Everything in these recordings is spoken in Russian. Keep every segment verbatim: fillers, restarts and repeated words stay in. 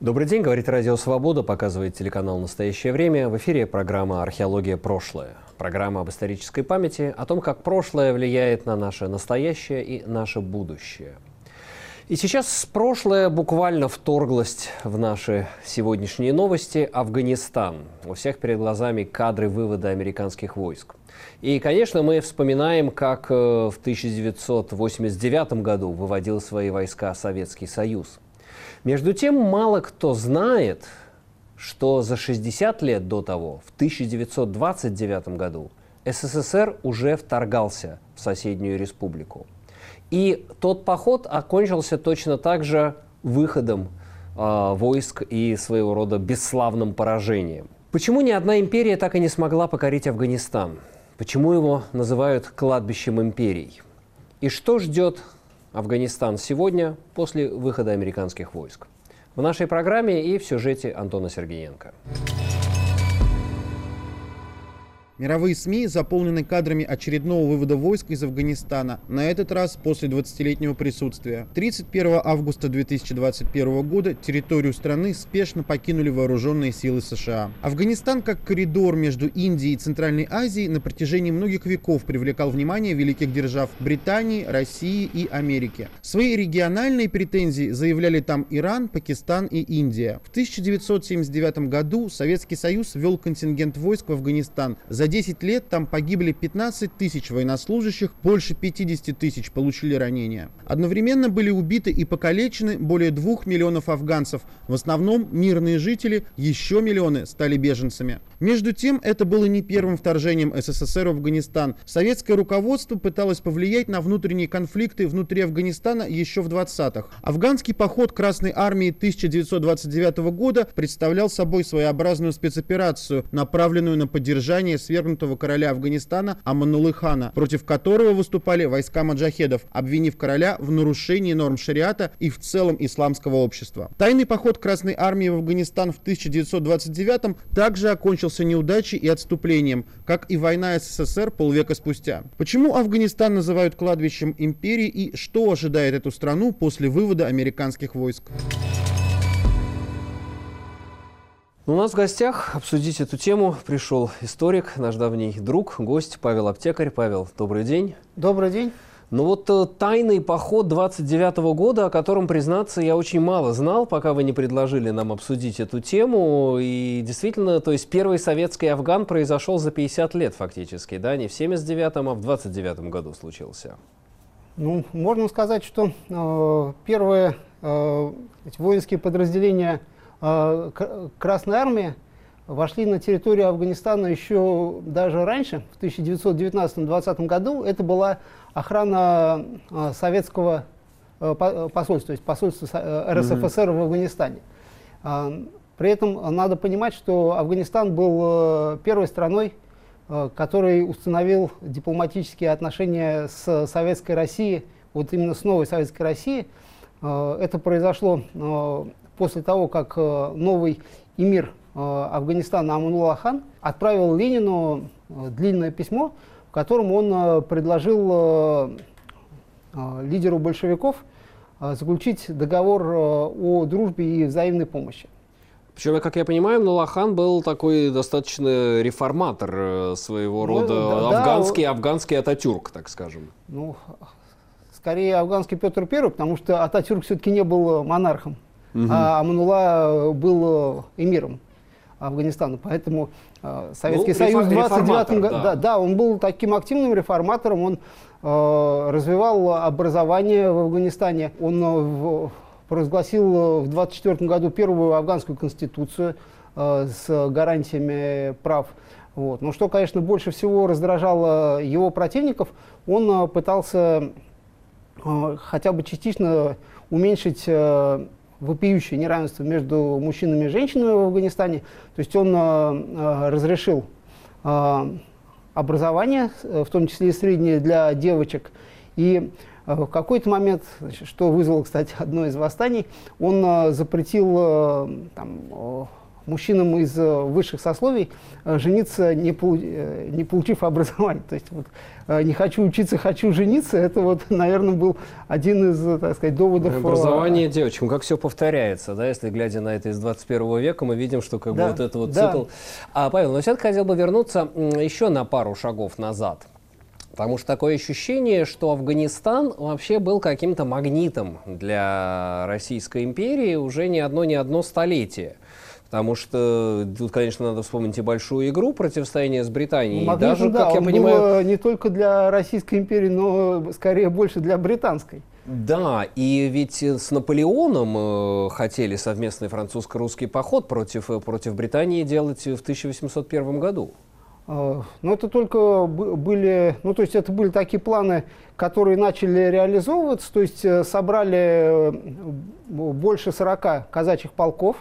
Добрый день, говорит Радио Свобода, показывает телеканал «Настоящее время». В эфире программа «Археология. Прошлое». Программа об исторической памяти, о том, как прошлое влияет на наше настоящее и наше будущее. И сейчас прошлое буквально вторглось в наши сегодняшние новости. Афганистан. У всех перед глазами кадры вывода американских войск. И, конечно, мы вспоминаем, как в тысяча девятьсот восемьдесят девятом году выводил свои войска Советский Союз. Между тем, мало кто знает, что за шестьдесят лет до того, в тысяча девятьсот двадцать девятом году, СССР уже вторгался в соседнюю республику. И тот поход окончился точно так же выходом э, войск и своего рода бесславным поражением. Почему ни одна империя так и не смогла покорить Афганистан? Почему его называют кладбищем империй? И что ждет Афганистан сегодня после выхода американских войск? В нашей программе и в сюжете Антона Сергеенко. Мировые СМИ заполнены кадрами очередного вывода войск из Афганистана, на этот раз после двадцатилетнего присутствия. тридцать первого августа две тысячи двадцать первого года территорию страны спешно покинули вооруженные силы США. Афганистан, как коридор между Индией и Центральной Азией, на протяжении многих веков привлекал внимание великих держав Британии, России и Америки. Свои региональные претензии заявляли там Иран, Пакистан и Индия. В тысяча девятьсот семьдесят девятом году Советский Союз ввел контингент войск в Афганистан. За десять лет там погибли пятнадцать тысяч военнослужащих, больше пятидесяти тысяч получили ранения. Одновременно были убиты и покалечены более двух миллионов афганцев, в основном мирные жители, еще миллионы стали беженцами. Между тем, это было не первым вторжением СССР в Афганистан. Советское руководство пыталось повлиять на внутренние конфликты внутри Афганистана еще в двадцатых. Афганский поход Красной Армии тысяча девятьсот двадцать девятого года представлял собой своеобразную спецоперацию, направленную на поддержание свергнутого короля Афганистана Амануллы Хана, против которого выступали войска маджахедов, обвинив короля в нарушении норм шариата и в целом исламского общества. Тайный поход Красной Армии в Афганистан в тысяча девятьсот двадцать девятом также окончился неудачей и отступлением, как и война СССР полвека спустя. Почему Афганистан называют кладбищем империи и что ожидает эту страну после вывода американских войск? У нас в гостях обсудить эту тему пришел историк, наш давний друг, гость Павел Аптекарь. Павел, добрый день. Добрый день. Ну вот э, тайный поход двадцать девятого года, о котором, признаться, я очень мало знал, пока вы не предложили нам обсудить эту тему. И действительно, то есть первый советский Афган произошел за пятьдесят лет фактически, да, не в семьдесят девятом, а в двадцать девятом году случился. Ну, можно сказать, что э, первые э, воинские подразделения Красной Армии вошли на территорию Афганистана еще даже раньше, в тысяча девятьсот девятнадцатом — двадцатом году. Это была охрана советского посольства, то есть посольства эр эс эф эс эр в Афганистане. При этом надо понимать, что Афганистан был первой страной, который установил дипломатические отношения с Советской Россией, вот именно с новой Советской Россией. Это произошло после того, как э, новый эмир э, Афганистана Аманулла Хан отправил Ленину э, длинное письмо, в котором он э, предложил э, э, лидеру большевиков э, заключить договор э, о дружбе и взаимной помощи. Причем, как я понимаю, Аманулла Хан был такой достаточно реформатор э, своего ну, рода, да, афганский, да, афганский Ататюрк, так скажем. Ну, скорее афганский Петр Первый, потому что Ататюрк все-таки не был монархом. Uh-huh. А Аманулла был эмиром Афганистана, поэтому э, Советский ну, Союз в двадцать девятом году, да. Да, он был таким активным реформатором, он э, развивал образование в Афганистане, он э, в, провозгласил в двадцать четвёртом году первую афганскую конституцию э, с гарантиями прав. Вот. Но что, конечно, больше всего раздражало его противников, он э, пытался э, хотя бы частично уменьшить э, вопиющее неравенство между мужчинами и женщинами в Афганистане. То есть он э, разрешил э, образование, в том числе и среднее для девочек. И э, в какой-то момент, значит, что вызвало, кстати, одно из восстаний, он э, запретил э, там, э, мужчинам из высших сословий жениться, не, полу, не получив образование. То есть вот, не хочу учиться, хочу жениться, это вот, наверное, был один из, так сказать, доводов. Образование девочкам, как все повторяется, да, если глядя на это из двадцать первого века, мы видим, что как да, бы вот этот вот да. цикл. А, Павел, но все-таки хотел бы вернуться еще на пару шагов назад. Потому что такое ощущение, что Афганистан вообще был каким-то магнитом для Российской империи уже не одно, не одно столетие. Потому что тут, конечно, надо вспомнить и большую игру противостояния с Британией. Ну, и даже, да, как я он понимаю, был не только для Российской империи, но скорее больше для британской. Да, и ведь с Наполеоном э, хотели совместный французско-русский поход против, против Британии делать в тысяча восемьсот первом году. Но это только были, ну то есть это были такие планы, которые начали реализовываться, то есть собрали больше сорока казачьих полков.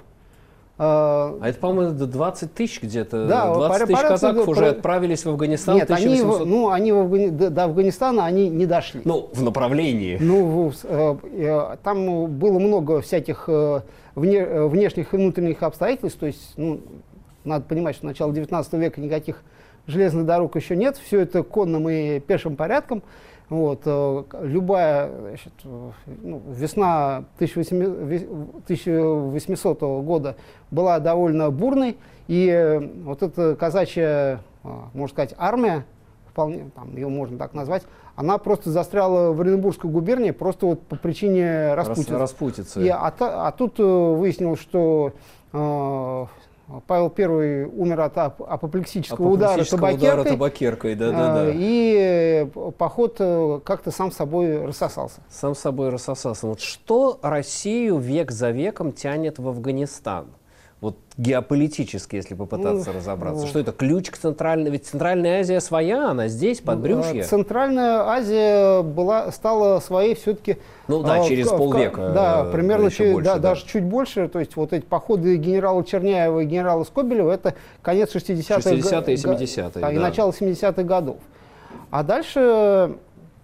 А это, по-моему, двадцать тысяч где-то, да, двадцать тысяч казаков про... уже отправились в Афганистан. Нет, тысяча восемьсот... они, ну, они в Афгани... до Афганистана они не дошли. Ну, в направлении. Ну, там было много всяких вне... внешних и внутренних обстоятельств, то есть, ну, надо понимать, что с начала девятнадцатого века никаких железных дорог еще нет, все это конным и пешим порядком. Вот, любая, значит, ну, весна тысяча восьмисотого года была довольно бурной, и вот эта казачья, можно сказать, армия, вполне, там, ее можно так назвать, она просто застряла в Оренбургской губернии просто вот по причине распутицы. распутицы. И, а, а тут выяснилось, что э, Павел Первый умер от ап апоплексического удара табакеркой, удара табакеркой да, да, да. И поход как-то сам собой рассосался. Сам собой рассосался. Вот что Россию век за веком тянет в Афганистан? Вот геополитически, если попытаться ну, разобраться. Ну, что это? Ключ к Центральной... Ведь Центральная Азия своя, она здесь, подбрюшье. Центральная Азия была, стала своей все-таки... Ну да, э, через в, полвека. Да, э, примерно чуть, больше, да, да. даже чуть больше. То есть вот эти походы генерала Черняева и генерала Скобелева, это конец шестидесятых. шестидесятые и семидесятые. Да, да. И начало семидесятых годов. А дальше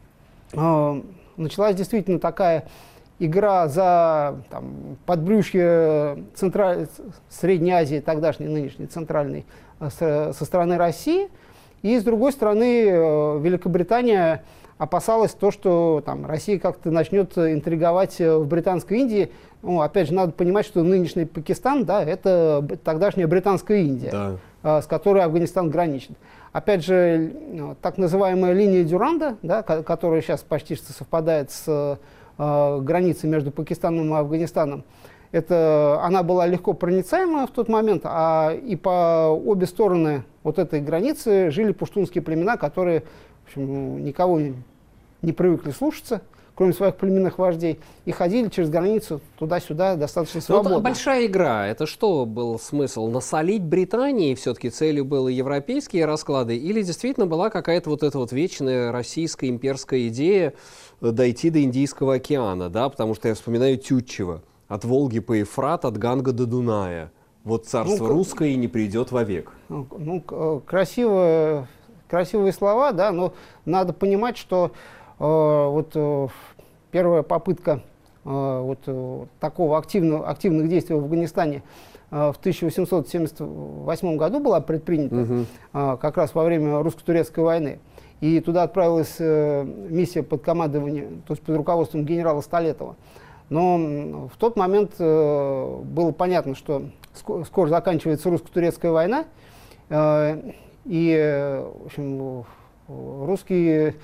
э, началась действительно такая... игра за там, подбрюшье Централь... Средней Азии, тогдашней, нынешней, центральной, со, со стороны России. И с другой стороны, Великобритания опасалась то, что там, Россия как-то начнет интриговать в Британской Индии. Ну, опять же, надо понимать, что нынешний Пакистан, да, это тогдашняя Британская Индия, да. с которой Афганистан граничит. Опять же, так называемая линия Дюранда, да, которая сейчас почти что совпадает с границы между Пакистаном и Афганистаном, это, она была легко проницаема в тот момент, а и по обе стороны вот этой границы жили пуштунские племена, которые, в общем, никого не привыкли слушаться, кроме своих племенных вождей, и ходили через границу туда-сюда достаточно свободно. Вот большая игра. Это что был смысл? Насолить Британии все-таки целью было европейские расклады? Или действительно была какая-то вот эта вот вечная российская имперская идея дойти до Индийского океана? Да? Потому что я вспоминаю Тютчева. От Волги по Ефрат, от Ганга до Дуная. Вот царство ну, русское и не придет вовек. Ну, ну красивые, красивые слова, да, но надо понимать, что вот э, первая попытка э, вот, э, такого активного, активных действий в Афганистане э, в тысяча восемьсот семьдесят восьмом году была предпринята, угу. э, как раз во время русско-турецкой войны. И туда отправилась э, миссия под командованием, то есть под руководством генерала Столетова. Но в тот момент э, было понятно, что скоро, скоро заканчивается русско-турецкая война, э, и в общем, русские...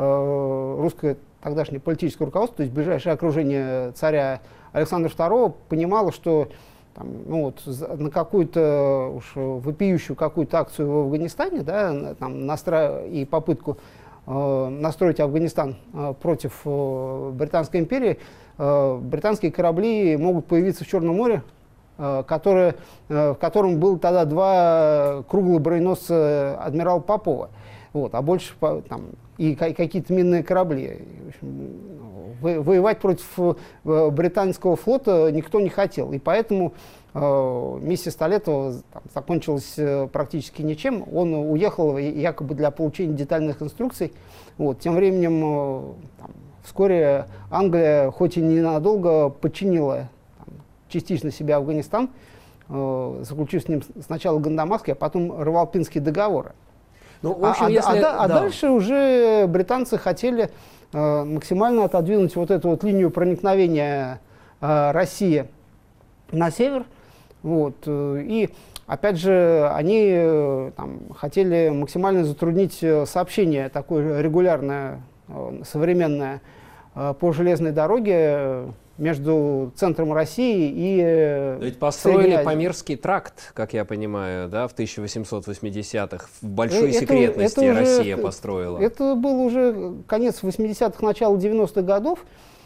русское тогдашнее политическое руководство, то есть ближайшее окружение царя Александра Второго, понимало, что там, ну, вот, на какую-то уж вопиющую какую-то акцию в Афганистане, да, там, настра... и попытку э, настроить Афганистан э, против э, Британской империи, э, британские корабли могут появиться в Черном море, э, которое, э, в котором было тогда два круглых броненосца адмирала Попова. Вот, а больше там, и какие-то минные корабли. В общем, воевать против британского флота никто не хотел. И поэтому э, миссия Столетова там, закончилась практически ничем. Он уехал якобы для получения детальных инструкций. Вот, тем временем э, там, вскоре Англия, хоть и ненадолго, подчинила там, частично себя Афганистан. э, заключив с ним сначала Гандамасский, а потом Равалпинский договор. Ну, в общем, а, если... а, а да. дальше уже британцы хотели э, максимально отодвинуть вот эту вот линию проникновения э, России на север. Вот, э, и опять же, они э, там, хотели максимально затруднить сообщение такое регулярное, э, современное э, по железной дороге между центром России и... Ведь построили Памирский тракт, как я понимаю, да, в тысяча восемьсот восьмидесятых. В большой это, секретности это уже, Россия построила. Это был уже конец восьмидесятых, начало девяностых годов.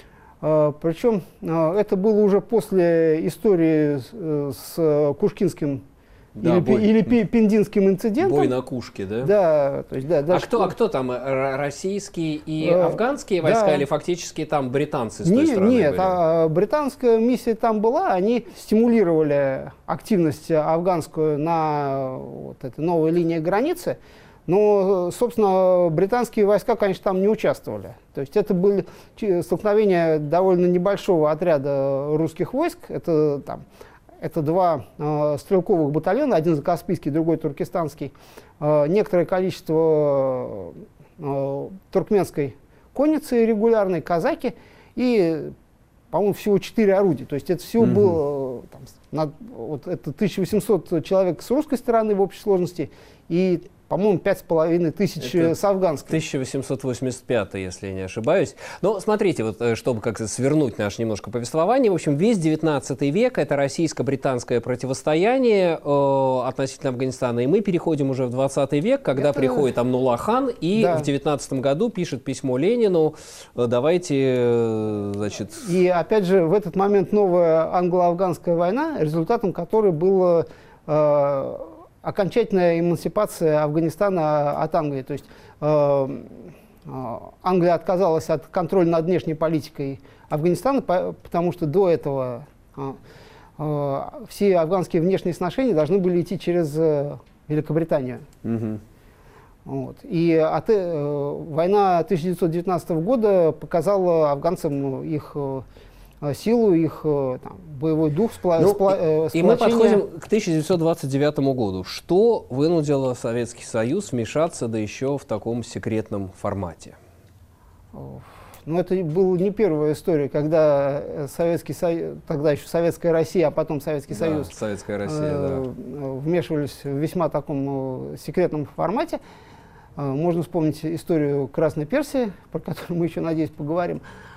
Причем это было уже после истории с Кушкинским да, или, бой, или Пиндинским инцидентом. Бой на Кушке, да? Да. То есть, да а, кто, а кто там? Российские и а, афганские войска да. или фактически там британцы с той не, стороны Нет, были? А, британская миссия там была. Они стимулировали активность афганскую на вот этой новой линии границы. Но, собственно, британские войска, конечно, там не участвовали. То есть это были столкновения довольно небольшого отряда русских войск. Это, там, это два э, стрелковых батальона, один закаспийский, другой туркестанский. Э, некоторое количество э, туркменской конницы регулярной, казаки и, по-моему, всего четыре орудия. То есть это всего mm-hmm. было там, над, вот, это тысяча восемьсот человек с русской стороны в общей сложности и, по-моему, пять с половиной тысяч это с афганской. тысяча восемьсот восемьдесят пятый, если я не ошибаюсь. Но смотрите, вот, чтобы как-то свернуть наше немножко повествование, в общем, весь девятнадцатый век — это российско-британское противостояние э, относительно Афганистана. И мы переходим уже в двадцатый век, когда это... приходит Амнулла хан и да. в девятнадцатом году пишет письмо Ленину, э, давайте, э, значит... И опять же, в этот момент новая англо-афганская война, результатом которой было... Э, окончательная эмансипация Афганистана от Англии. То есть э, э, Англия отказалась от контроля над внешней политикой Афганистана, по, потому что до этого э, э, все афганские внешние сношения должны были идти через э, Великобританию. Mm-hmm. Вот. И от, э, война тысяча девятьсот девятнадцатого года показала афганцам их э, силу, их там, боевой дух, спла ну, спла э, и мы подходим к тысяча девятьсот двадцать девятому году. Что вынудило Советский Союз вмешаться, да еще в таком секретном формате? Ну, это была не первая история, когда Советский Союз, тогда еще Советская Россия, а потом Советский да, Союз Советская Россия, э, да. вмешивались в весьма таком секретном формате. Можно вспомнить историю Красной Персии, про которую мы еще, надеюсь, поговорим.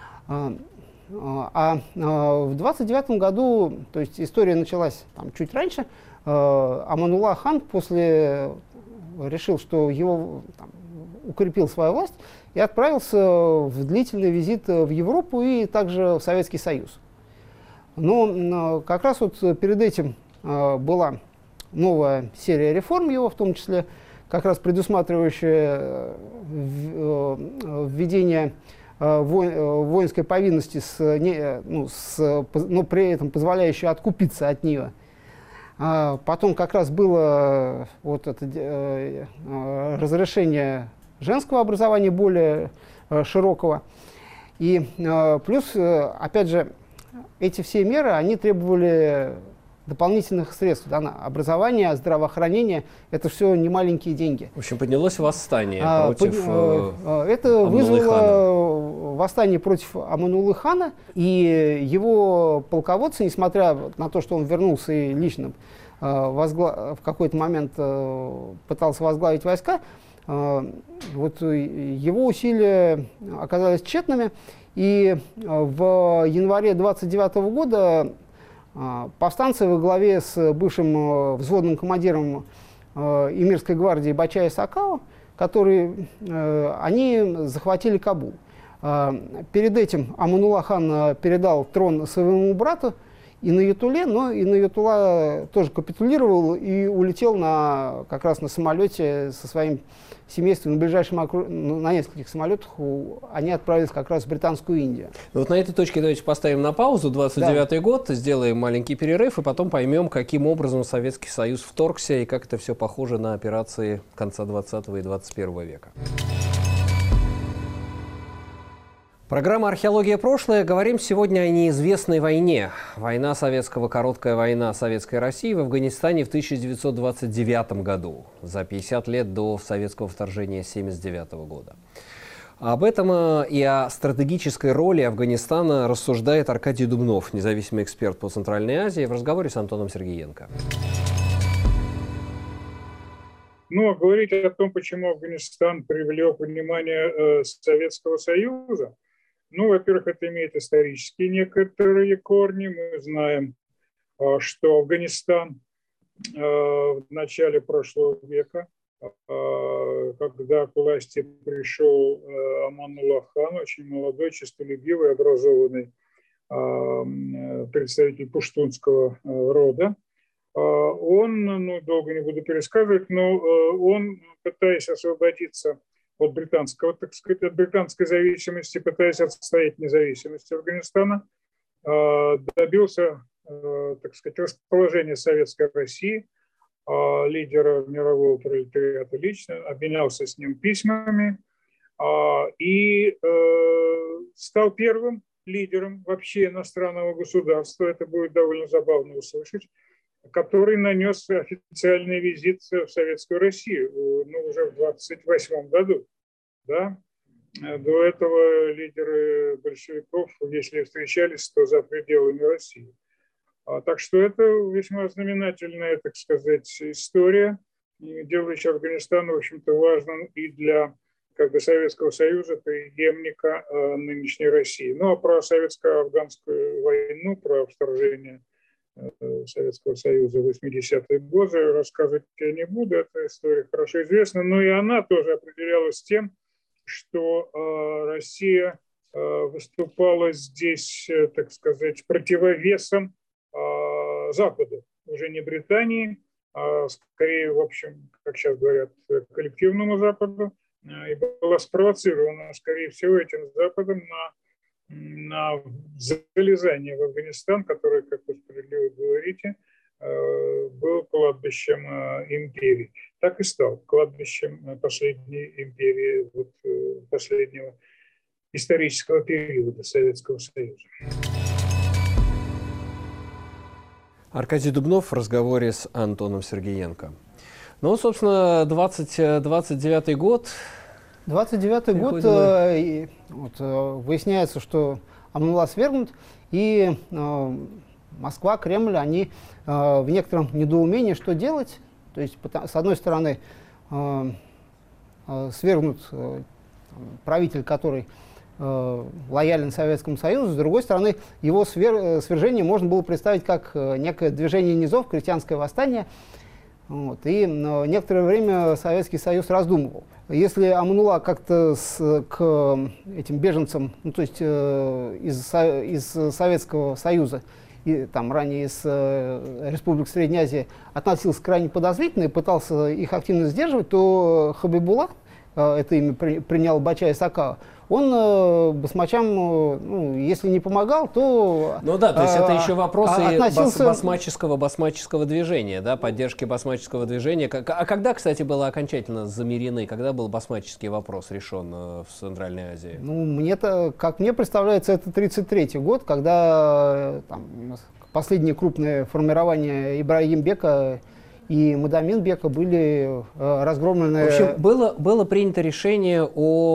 А, а в двадцать девятом году, то есть история началась там, чуть раньше, э, Аманулла хан после решил, что его там, укрепил свою власть и отправился в длительный визит в Европу и также в Советский Союз. Но э, как раз вот перед этим э, была новая серия реформ его, в том числе как раз предусматривающая э, введение воинской повинности, с, не, ну, с, но при этом позволяющей откупиться от нее. А потом как раз было вот это, э, разрешение женского образования более э, широкого. И э, плюс, э, опять же, эти все меры, они требовали дополнительных средств. Да, на образование, здравоохранение — это все немаленькие деньги. В общем, поднялось восстание а, против под, э, Это вызвало восстание против Амануллы хана, и его полководцы, несмотря на то, что он вернулся и лично э, возгла... в какой-то момент э, пытался возглавить войска, э, вот его усилия оказались тщетными, и в январе двадцать девятого года повстанцы во главе с бывшим взводным командиром Эмирской гвардии Бачая Сакао, которые, они захватили Кабул. Перед этим Аманулла хан передал трон своему брату Инаятулле, но Инаятулла тоже капитулировал и улетел на, как раз на самолете со своим семейством, на ближайшем округ... на нескольких самолетах они отправились как раз в Британскую Индию. Ну, вот на этой точке давайте поставим на паузу двадцать девятый да. год, сделаем маленький перерыв и потом поймем, каким образом Советский Союз вторгся и как это все похоже на операции конца двадцатого и двадцать первого века. Программа «Археология. Прошлое». Говорим сегодня о неизвестной войне. Война советского, короткая война Советской России в Афганистане в тысяча девятьсот двадцать девятом году, за пятьдесят лет до советского вторжения тысяча девятьсот семьдесят девятого года. Об этом и о стратегической роли Афганистана рассуждает Аркадий Дубнов, независимый эксперт по Центральной Азии, в разговоре с Антоном Сергеенко. Ну, а говорить о том, почему Афганистан привлек внимание э, Советского Союза, ну, во-первых, это имеет исторические некоторые корни. Мы знаем, э, что Афганистан э, в начале прошлого века, э, когда к власти пришел э, Амануллах хан, очень молодой, честолюбивый, образованный э, представитель пуштунского э, рода, он, ну, долго не буду пересказывать, но он, пытаясь освободиться от британского, так сказать, от британской зависимости, пытаясь отстоять независимость Афганистана, добился, так сказать, расположения Советской России, лидера мирового пролетариата лично, обменялся с ним письмами и стал первым лидером вообще иностранного государства, это будет довольно забавно услышать, который нанес официальный визит в Советскую Россию, ну, уже в двадцать восьмом году. Да? До этого лидеры большевиков, если встречались, то за пределами России. Так что это весьма знаменательная, так сказать, история, делающая Афганистан, в общем-то, важным и для как бы Советского Союза, преемника нынешней России. Ну, а про советско-афганскую войну, про вторжение Советского Союза в восьмидесятые годы рассказывать я не буду, эта история хорошо известна, но и она тоже определялась тем, что э, Россия э, выступала здесь, э, так сказать, противовесом э, Западу, уже не Британии, а скорее, в общем, как сейчас говорят, коллективному Западу, э, и была спровоцирована, скорее всего, этим Западом на на залезание в Афганистан, который, как вы справедливо говорите, был кладбищем империи. Так и стал кладбищем последней империи, вот, последнего исторического периода Советского Союза. Аркадий Дубнов в разговоре с Антоном Сергеенко. Ну, собственно, двадцать девятый год. двадцать девятый год, э, вот, э, выясняется, что Амануллах свергнут, и э, Москва, Кремль, они э, в некотором недоумении, что делать. То есть, с одной стороны, э, э, свергнут э, правитель, который э, лоялен Советскому Союзу, с другой стороны, его свер, свержение можно было представить как э, некое движение низов, крестьянское восстание. Вот, и э, некоторое время Советский Союз раздумывал. Если Амануллах как-то к этим беженцам, ну, то есть э, из, из Советского Союза, и там ранее из э, Республик Средней Азии, относился крайне подозрительно и пытался их активно сдерживать, то Хабибулла, э, это имя при, принял Бача Исакова, он э, басмачам, э, ну, если не помогал, то... Ну да, то есть э, это еще вопросы относился... бас, басмаческого, басмаческого движения, да, поддержки басмаческого движения. А когда, кстати, было окончательно замерены, когда был басмаческий вопрос решен э, в Центральной Азии? Ну, мне-то, как мне представляется, это тридцать третий год, когда э, там, последние крупные формирования Ибрагим-бека и Мадамин-бека были э, разгромлены. В общем, было, было принято решение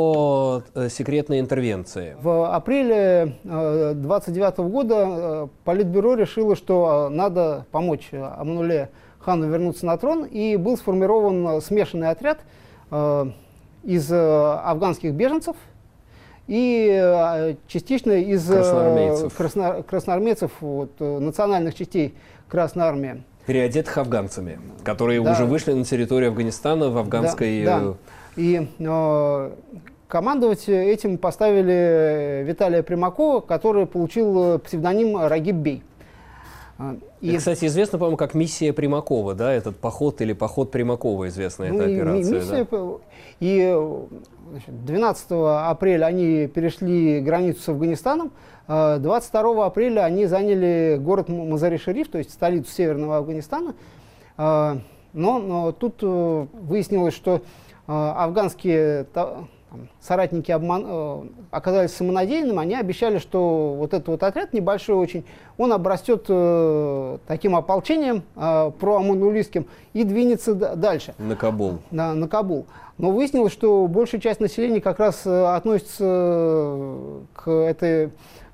о э, секретной интервенции. В апреле э, двадцать девятого года э, Политбюро решило, что э, надо помочь Аманулле хану вернуться на трон, и был сформирован смешанный отряд э, из э, афганских беженцев и э, частично из красноармейцев, э, красно, красноармейцев вот, национальных частей Красной Армии. Переодетых афганцами, которые да. уже вышли на территорию Афганистана в афганской... Да, да. И э, командовать этим поставили Виталия Примакова, который получил псевдоним Рагиб-бей. И, кстати, известно, по-моему, как миссия Примакова, да, этот поход или поход Примакова, известная ну, эта операция. Миссия, да? И значит, двенадцатого апреля они перешли границу с Афганистаном, двадцать второго апреля они заняли город Мазари-Шариф, то есть столицу Северного Афганистана. Но, но тут выяснилось, что афганские там, соратники обман, э, оказались самонадеянными, они обещали, что вот этот вот отряд небольшой очень, он обрастет э, таким ополчением э, проамунулистским и двинется дальше. На Кабул. На, на Кабул. Но выяснилось, что большая часть населения как раз э, относится к, этой,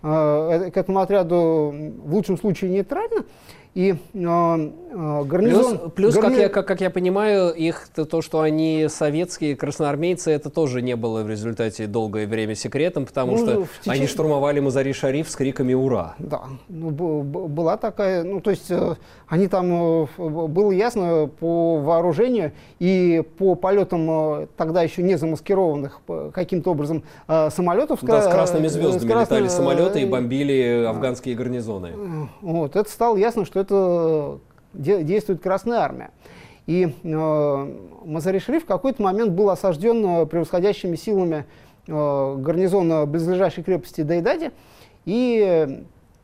э, к этому отряду в лучшем случае нейтрально. И э, э, гарнизон... Плюс, плюс гарни... как, я, как, как я понимаю, их то, то, что они советские красноармейцы, это тоже не было в результате долгое время секретом, потому ну, что течение... они штурмовали Мазари-Шариф с криками «Ура!». Да, ну, была такая, ну то есть э, они там, э, было ясно по вооружению и по полетам э, тогда еще не замаскированных э, каким-то образом э, самолетов. Да, с красными звездами с красными, летали самолеты и бомбили афганские гарнизоны. Вот, это стало ясно, что это действует Красная Армия. И э, Мазари-Шариф в какой-то момент был осажден превосходящими силами э, гарнизона близлежащей крепости Дайдади и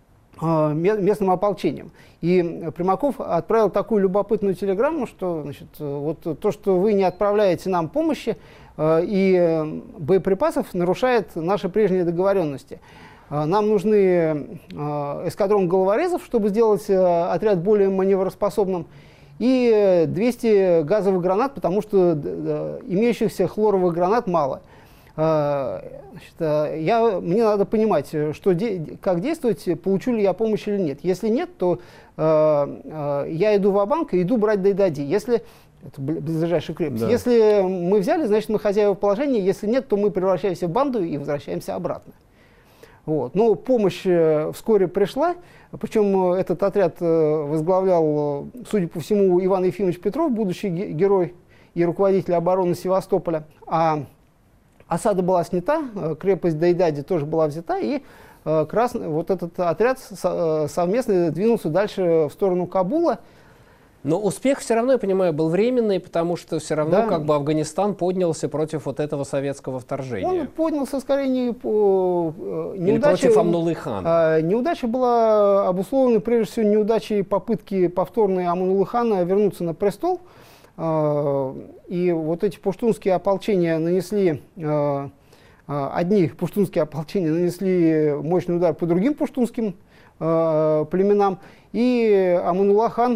э, местным ополчением. И Примаков отправил такую любопытную телеграмму, что значит, вот то, что вы не отправляете нам помощи э, и боеприпасов, нарушает наши прежние договоренности. Нам нужны э, эскадрон головорезов, чтобы сделать э, отряд более маневроспособным, и двести газовых гранат, потому что э, имеющихся хлоровых гранат мало. Э, значит, э, я, мне надо понимать, что де, как действовать, получу ли я помощь или нет. Если нет, то э, э, я иду в банк и иду брать Дайдади. Если это ближайшая крепость. Да. Если мы взяли, значит мы хозяева положения. Если нет, то мы превращаемся в банду и возвращаемся обратно. Вот. Но помощь вскоре пришла, причем этот отряд возглавлял, судя по всему, Иван Ефимович Петров, будущий герой и руководитель обороны Севастополя. А осада была снята, крепость Дайдади тоже была взята, и красный, вот этот отряд совместно двинулся дальше в сторону Кабула. Но успех все равно, я понимаю, был временный, потому что все равно да. как бы Афганистан поднялся против вот этого советского вторжения. Он поднялся скорее не по неудаче. Или против Амануллы хана. А, неудача была обусловлена прежде всего неудачей попытки повторной Амануллы хана вернуться на престол. А, и вот эти пуштунские ополчения нанесли, а, одни пуштунские ополчения нанесли мощный удар по другим пуштунским а, племенам. И Аманулла хан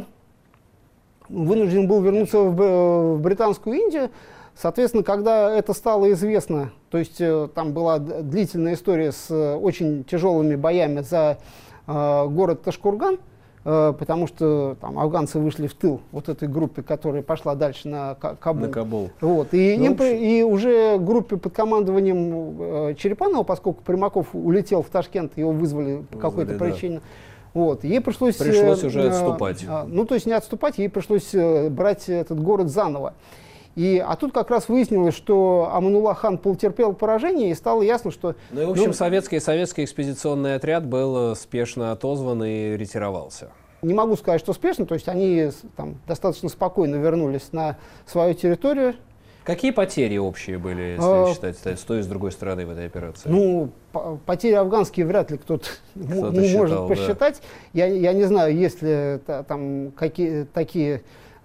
вынужден был вернуться в, в Британскую Индию. Соответственно, когда это стало известно, то есть э, там была длительная история с э, очень тяжелыми боями за э, город Ташкурган, э, потому что там афганцы вышли в тыл вот этой группе, которая пошла дальше на Кабул. На Кабул. Вот. И, ну, им, и уже группе под командованием э, Черепанова, поскольку Примаков улетел в Ташкент, его вызвали по какой-то да. причине. Вот. Ей пришлось, пришлось э, уже э, отступать. Э, ну, то есть не отступать, ей пришлось э, брать этот город заново. И, а тут как раз выяснилось, что Аманулла хан потерпел поражение, и стало ясно, что... Ну и, в общем, ну, советский, советский экспедиционный отряд был спешно отозван и ретировался. Не могу сказать, что спешно, то есть они там, достаточно спокойно вернулись на свою территорию. Какие потери общие были, если а, считать с той и с другой стороны в этой операции? Ну, потери афганские вряд ли кто-то кто может считал, посчитать. Да. Я, я не знаю, есть ли там какие такие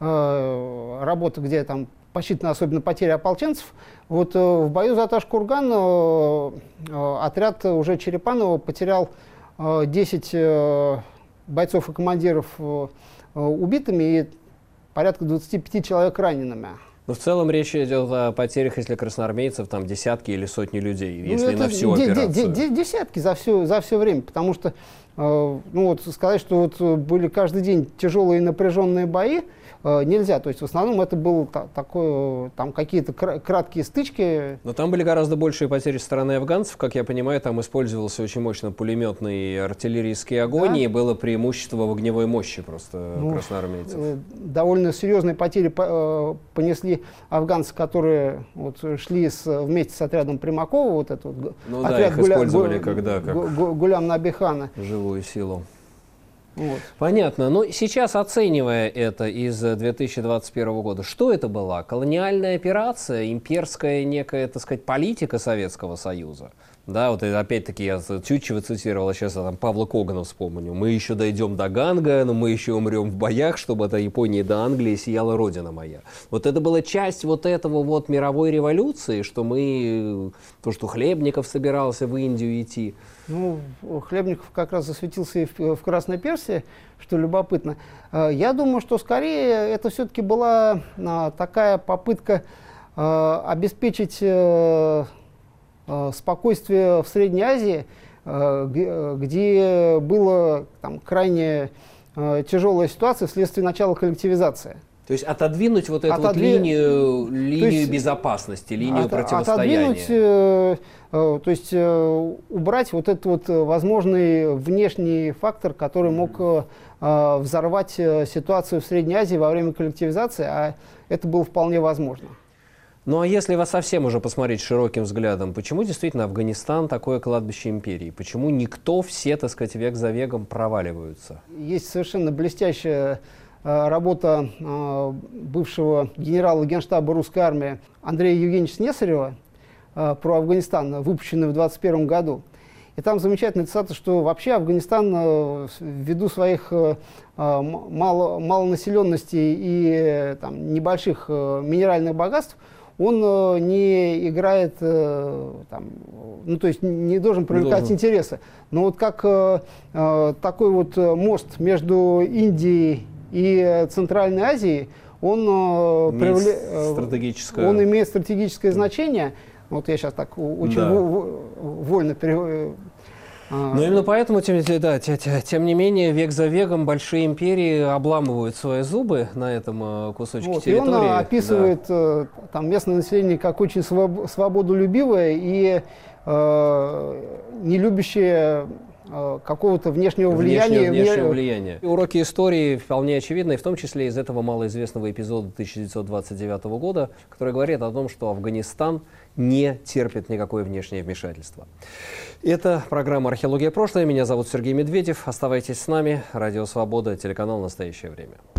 э, работы, где там посчитаны особенно потери ополченцев. Вот э, в бою за Ташкурган э, э, отряд уже Черепанова потерял э, десять э, бойцов и командиров э, убитыми и порядка двадцати пяти человек ранеными. Но в целом речь идет о потерях, если красноармейцев, там десятки или сотни людей, ну, если на всю де- операцию. Де- де- десятки за все, за все время, потому что, э, ну вот сказать, что вот были каждый день тяжелые напряженные бои, э, нельзя. То есть в основном это был та- такой, там какие-то кра- краткие стычки. Но там были гораздо большие потери со стороны афганцев, как я понимаю, там использовался очень мощно пулеметный и артиллерийский огонь, да. и было преимущество в огневой мощи просто ну, красноармейцев. Э, довольно серьезные потери по- э, понесли афганцы, которые вот, шли с, вместе с отрядом Примакова, вот этот вот, ну, отряд да, их Гуля, использовали Гу, когда как Гу, Гулям-Наби хана. Живую силу. Вот. Понятно. Но сейчас, оценивая это из две тысячи двадцать первого года, что это была? Колониальная операция, имперская некая, так сказать, политика Советского Союза? Да, вот опять-таки я Тютчева цитировал, а сейчас я там Павла Когана вспомню. Мы еще дойдем до Ганга, но мы еще умрем в боях, чтобы от Японии до Англии сияла Родина моя. Вот это была часть вот этого вот мировой революции, что мы, то, что Хлебников собирался в Индию идти. Ну, Хлебников как раз засветился и в, в Красной Персии, что любопытно. Я думаю, что скорее это все-таки была такая попытка обеспечить спокойствие в Средней Азии, где была там крайне тяжелая ситуация вследствие начала коллективизации. То есть отодвинуть вот эту Отодви... вот линию, линию есть, безопасности, линию от, противостояния. Отодвинуть, э, э, то есть э, убрать вот этот вот возможный внешний фактор, который мог э, взорвать ситуацию в Средней Азии во время коллективизации, а это было вполне возможно. Ну а если вас совсем уже посмотреть широким взглядом, почему действительно Афганистан такое кладбище империи? Почему никто, все, так сказать, век за веком проваливаются? Есть совершенно блестящая э, работа э, бывшего генерала Генштаба русской армии Андрея Евгеньевича Снесарева э, про Афганистан, выпущенная в двадцать первом году. И там замечательная цитата, что вообще Афганистан э, ввиду своих э, мало, малонаселенности и э, там, небольших э, минеральных богатств, он э, не играет, э, там, ну то есть не должен привлекать должен. интересы. Но вот как э, э, такой вот мост между Индией и Центральной Азией, он, э, имеет, привле... стратегическое... он имеет стратегическое значение. Вот я сейчас так очень да. вольно перевожу. Но именно поэтому, тем, да, тем, тем не менее, век за веком большие империи обламывают свои зубы на этом кусочке вот, территории. И он описывает да. там, местное население как очень своб свободолюбивое и э, не любящее э, какого-то внешнего влияния. Внешнего, внешнего влияния. Уроки истории вполне очевидны, в том числе из этого малоизвестного эпизода тысяча девятьсот двадцать девятого года, который говорит о том, что Афганистан не терпит никакое внешнее вмешательство. Это программа «Археология. Прошлое». Меня зовут Сергей Медведев. Оставайтесь с нами. Радио «Свобода», телеканал «Настоящее время».